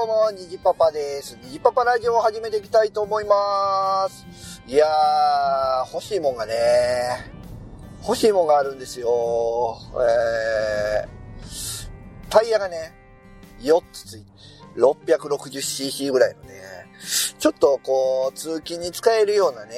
どうも、虹パパです。虹パパラジオを始めていきたいと思います。いやー、欲しいもんがあるんですよ。タイヤがね、4つついて、660cc ぐらいのね、ちょっとこう、通勤に使えるようなね、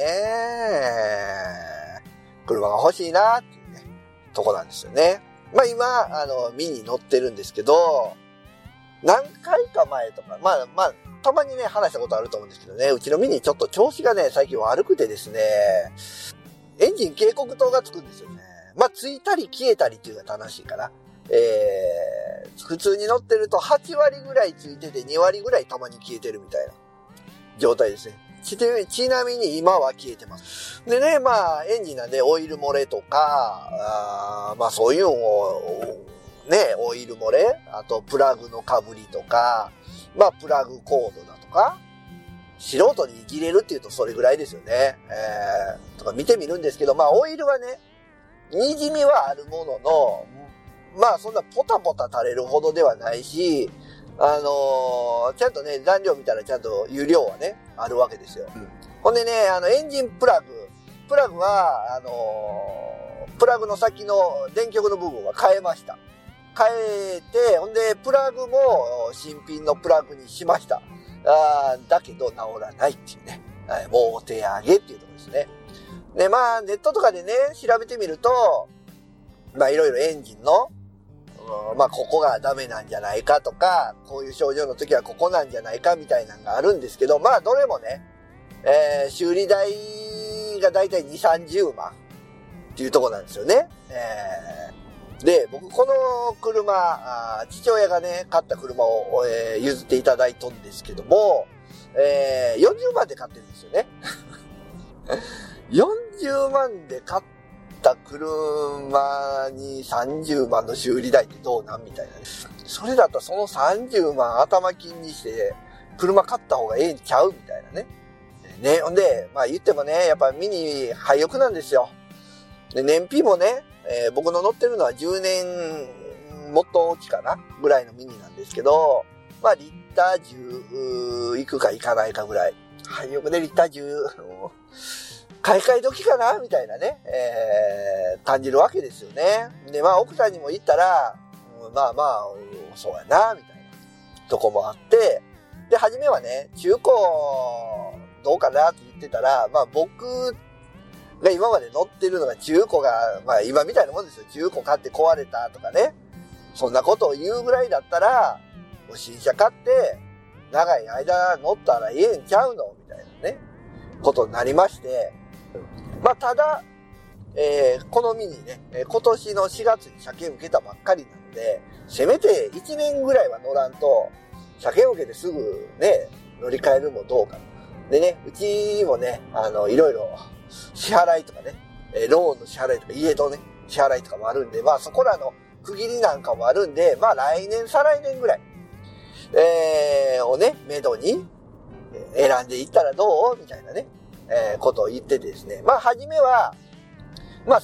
車が欲しいなっていうね、とこなんですよね。まあ今、ミニ乗ってるんですけど、何回か前とか、まあ、たまにね、話したことあると思うんですけどね、うちのミニちょっと調子がね、最近悪くてですね、エンジン警告灯がつくんですよね。まあ、ついたり消えたりっていうのが正しいかな。普通に乗ってると8割ぐらいついてて2割ぐらいたまに消えてるみたいな状態ですね。ちなみに今は消えてます。でね、まあ、エンジンなんでオイル漏れとか、まあそういうのを、ね、オイル漏れ、あとプラグの被りとか、まあプラグコードだとか、素人にいじれるっていうとそれぐらいですよね。とか見てみるんですけど、まあオイルはね、にじみはあるものの、まあそんなポタポタ垂れるほどではないし、ちゃんとね、残量見たらちゃんと油量はね、あるわけですよ。ほんでね、エンジンプラグは、プラグの先の電極の部分は変えました。変えて、ほんで、プラグも新品のプラグにしました。だけど治らないっていうね。もうお手上げっていうところですね。で、まあ、ネットとかでね、調べてみると、まあ、いろいろエンジンの、まあ、ここがダメなんじゃないかとか、こういう症状の時はここなんじゃないかみたいなのがあるんですけど、まあ、どれもね、修理代がだいたい2、30万っていうところなんですよね。で、僕この車、父親がね、買った車を、譲っていただいたんですけども、40万で買ってるんですよね。40万で買った車に30万の修理代ってどうなんみたいなね。それだったらその30万頭金にして車買った方がええんちゃうみたいなね。ね、ほんで、まあ言ってもね、やっぱミニ廃屋なんですよ。で、燃費もね、僕の乗ってるのは10年もっと大きいかなぐらいのミニなんですけど、まあリッター10いくかいかないかぐらい。廃屋でリッター10、買い替え時かなみたいなね、感じるわけですよね。で、まあ奥さんにも言ったら、まあ、そうやな、みたいなとこもあって、で、初めはね、中古どうかなって言ってたら、まあ僕が今まで乗ってるのが中古が、まあ今みたいなもんですよ。中古買って壊れたとかね。そんなことを言うぐらいだったら、もう新車買って、長い間乗ったらええんちゃうのみたいなね、ことになりまして。まあただ、このミニね、今年の4月に車検受けたばっかりなので、せめて1年ぐらいは乗らんと、車検受けてすぐね、乗り換えるもどうか。でね、うちもね、いろいろ支払いとかね、ローンの支払いとか家のね、支払いとかもあるんで、まあそこらの区切りなんかもあるんで、まあ来年、再来年ぐらい、をね、めどに選んでいったらどうみたいなね、ことを言っててですね。まあ初めは、まあ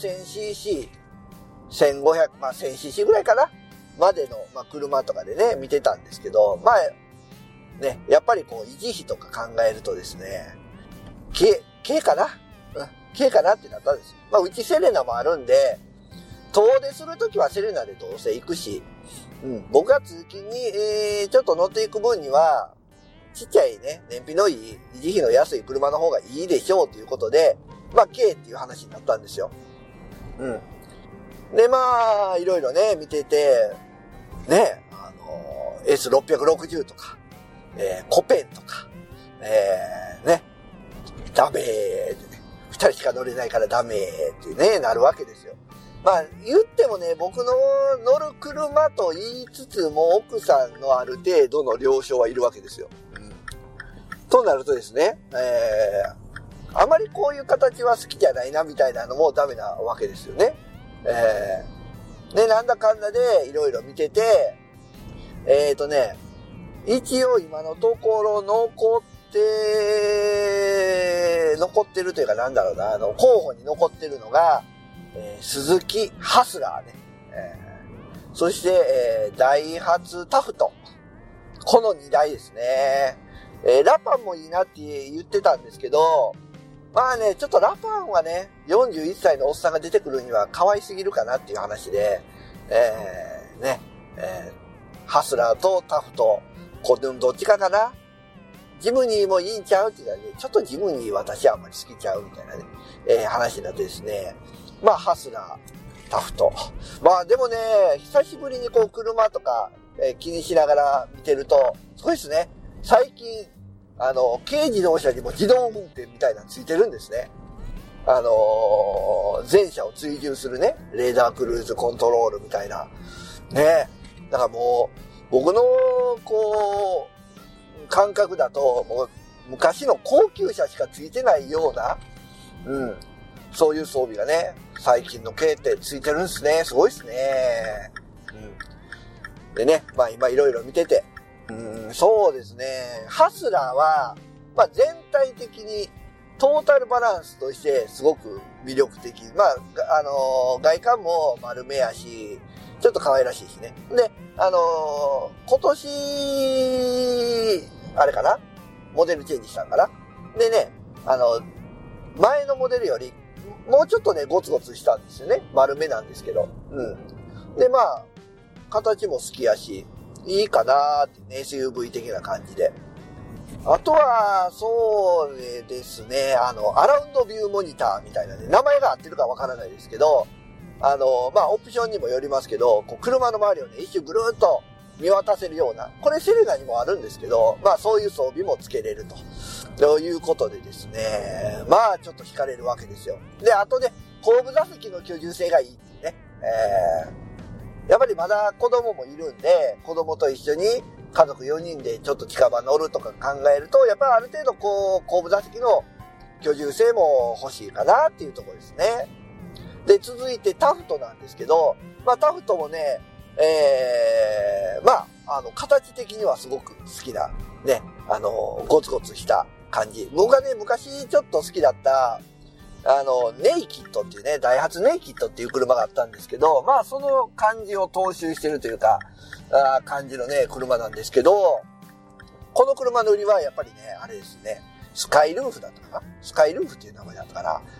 1000cc、1500、まあ 1000cc ぐらいかなまでの、まあ車とかでね、見てたんですけど、まあ、ね、やっぱりこう維持費とか考えるとですね、軽かな軽かなってなったんですよ。まあうちセレナもあるんで、遠出するときはセレナでどうせ行くし、僕が通勤に、ちょっと乗っていく分には、ちっちゃいね、燃費のいい、維持費の安い車の方がいいでしょうということで、まあ軽っていう話になったんですよ。で、まあ、いろいろね、見てて、ね、S660 とか、コペンとか、ね、ダメーってね、2人しか乗れないからダメーってね、なるわけですよ。まあ、言ってもね、僕の乗る車と言いつつも、奥さんのある程度の了承はいるわけですよ。となるとですね、あまりこういう形は好きじゃないな、みたいなのもダメなわけですよね。で、なんだかんだでいろいろ見てて、一応今のところ残ってるというかなんだろうな、候補に残ってるのが、スズキハスラーね。そして、ダイハツタフト。 この2台ですね。ラパンもいいなって言ってたんですけど、まあね、ちょっとラパンはね、41歳のおっさんが出てくるには可愛すぎるかなっていう話で、ハスラーとタフト、どっちかかな。ジムニーもいいんちゃうって言ったらね、ちょっとジムニー私はあんまり好きちゃうみたいなね、話になってですね。まあ、ハスラー、タフト。まあでもね、久しぶりにこう車とか、気にしながら見てると、そうですね。最近、軽自動車にも自動運転みたいなのついてるんですね。全車を追従するね、レーダークルーズコントロールみたいな。ね。だからもう、僕の、こう、感覚だと、もう、昔の高級車しかついてないような、そういう装備がね、最近の軽ってついてるんですね。すごいですね。でね、まあ今いろいろ見てて、そうですね。ハスラーは、まあ全体的にトータルバランスとしてすごく魅力的。まあ、外観も丸めやし、ちょっと可愛らしいしね。で、今年、あれかな？モデルチェンジしたんかな？でね、前のモデルより、もうちょっとね、ゴツゴツしたんですよね。丸めなんですけど。で、まあ、形も好きやし、いいかなーってね、SUV 的な感じで。あとは、そうですね、アラウンドビューモニターみたいなね、名前が合ってるかわからないですけど、まあ、オプションにもよりますけど、こう車の周りをね、一周ぐるーっと見渡せるような、これセレナにもあるんですけど、まあ、そういう装備もつけれるということでですね、まあ、ちょっと惹かれるわけですよ。で、あとね、後部座席の居住性がいいっていうね、やっぱりまだ子供もいるんで、子供と一緒に家族4人でちょっと近場乗るとか考えると、やっぱりある程度こう、後部座席の居住性も欲しいかなっていうところですね。で、続いてタフトなんですけど、まあタフトもね、まあ、形的にはすごく好きな、ね、ゴツゴツした感じ。僕がね、昔ちょっと好きだった、ネイキッドっていうね、ダイハツネイキッドっていう車があったんですけど、まあその感じを踏襲してるというか、感じのね、車なんですけど、この車の売りはやっぱりね、あれですね、スカイルーフだったかな？スカイルーフっていう名前だったかな？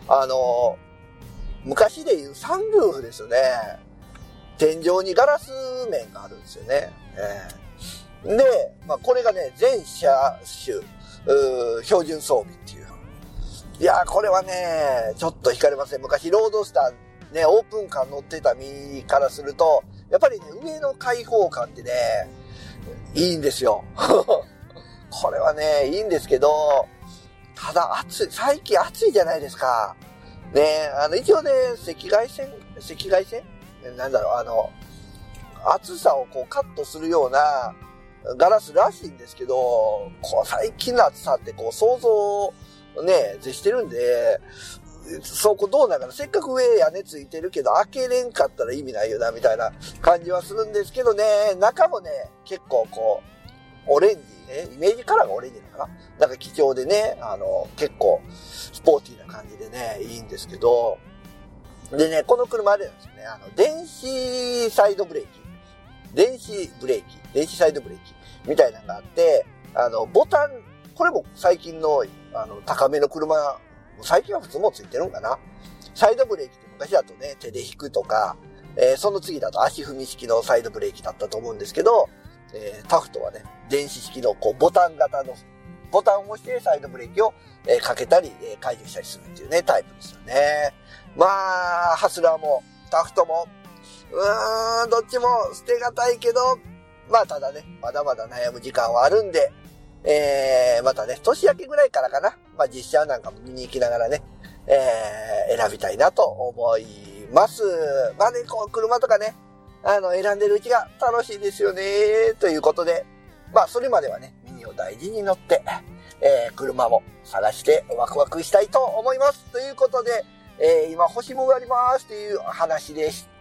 昔でいうサンルーフですよね。天井にガラス面があるんですよね。で、まあこれがね、全車種、標準装備っていう。いやー、これはね、ちょっと惹かれますね。昔、ロードスター、ね、オープンカー乗ってた身からすると、やっぱりね、上の開放感ってね、いいんですよ。これはね、いいんですけど、ただ最近暑いじゃないですか。ね、一応ね、赤外線なんだろう、暑さをこうカットするようなガラスらしいんですけど、こう最近の暑さってこう想像ね、絶してるんで、そこどうなんかな、せっかく上屋根ついてるけど開けれんかったら意味ないよなみたいな感じはするんですけどね、中もね結構こうオレンジね、イメージカラーがオレンジなのかな、なんか貴重でね、結構スポーティーな感じでねいいんですけど、でね、この車あれなんですよね、電子サイドブレーキ、電子サイドブレーキみたいなのがあって、ボタン、これも最近の高めの車、最近は普通もついてるんかな。サイドブレーキって昔だとね、手で引くとか、その次だと足踏み式のサイドブレーキだったと思うんですけど、タフトはね、電子式のこうボタン型の、ボタンを押してサイドブレーキを、かけたり、解除したりするっていうね、タイプですよね。まあ、ハスラーもタフトも、どっちも捨てがたいけど、まあただね、まだまだ悩む時間はあるんで、またね、年明けぐらいからかな。まあ実写なんかも見に行きながらね、選びたいなと思います。まあね、こう車とかね、選んでるうちが楽しいですよね、ということで、まあそれまではね、ミニを大事に乗って、車も探してワクワクしたいと思います。ということで、今星もありますという話でした。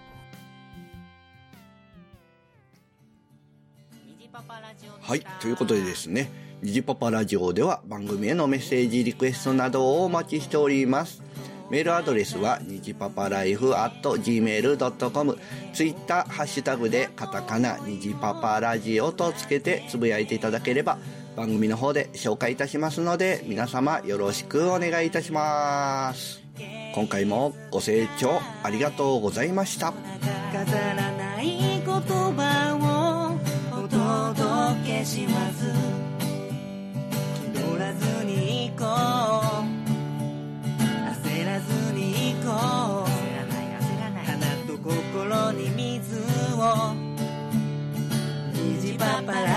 はい、ということでですね、虹パパラジオでは番組へのメッセージリクエストなどをお待ちしております。 メールアドレスはにじパパライフ@gmail.com、 ツイッターハッシュタグでカタカナにじパパラジオとつけてつぶやいていただければ番組の方で紹介いたしますので、皆様よろしくお願いいたします。今回もご清聴ありがとうございました。 飾らない言葉をお届けします。気取らずに行こう、焦らずに行こう、花と心に水を、虹パパラ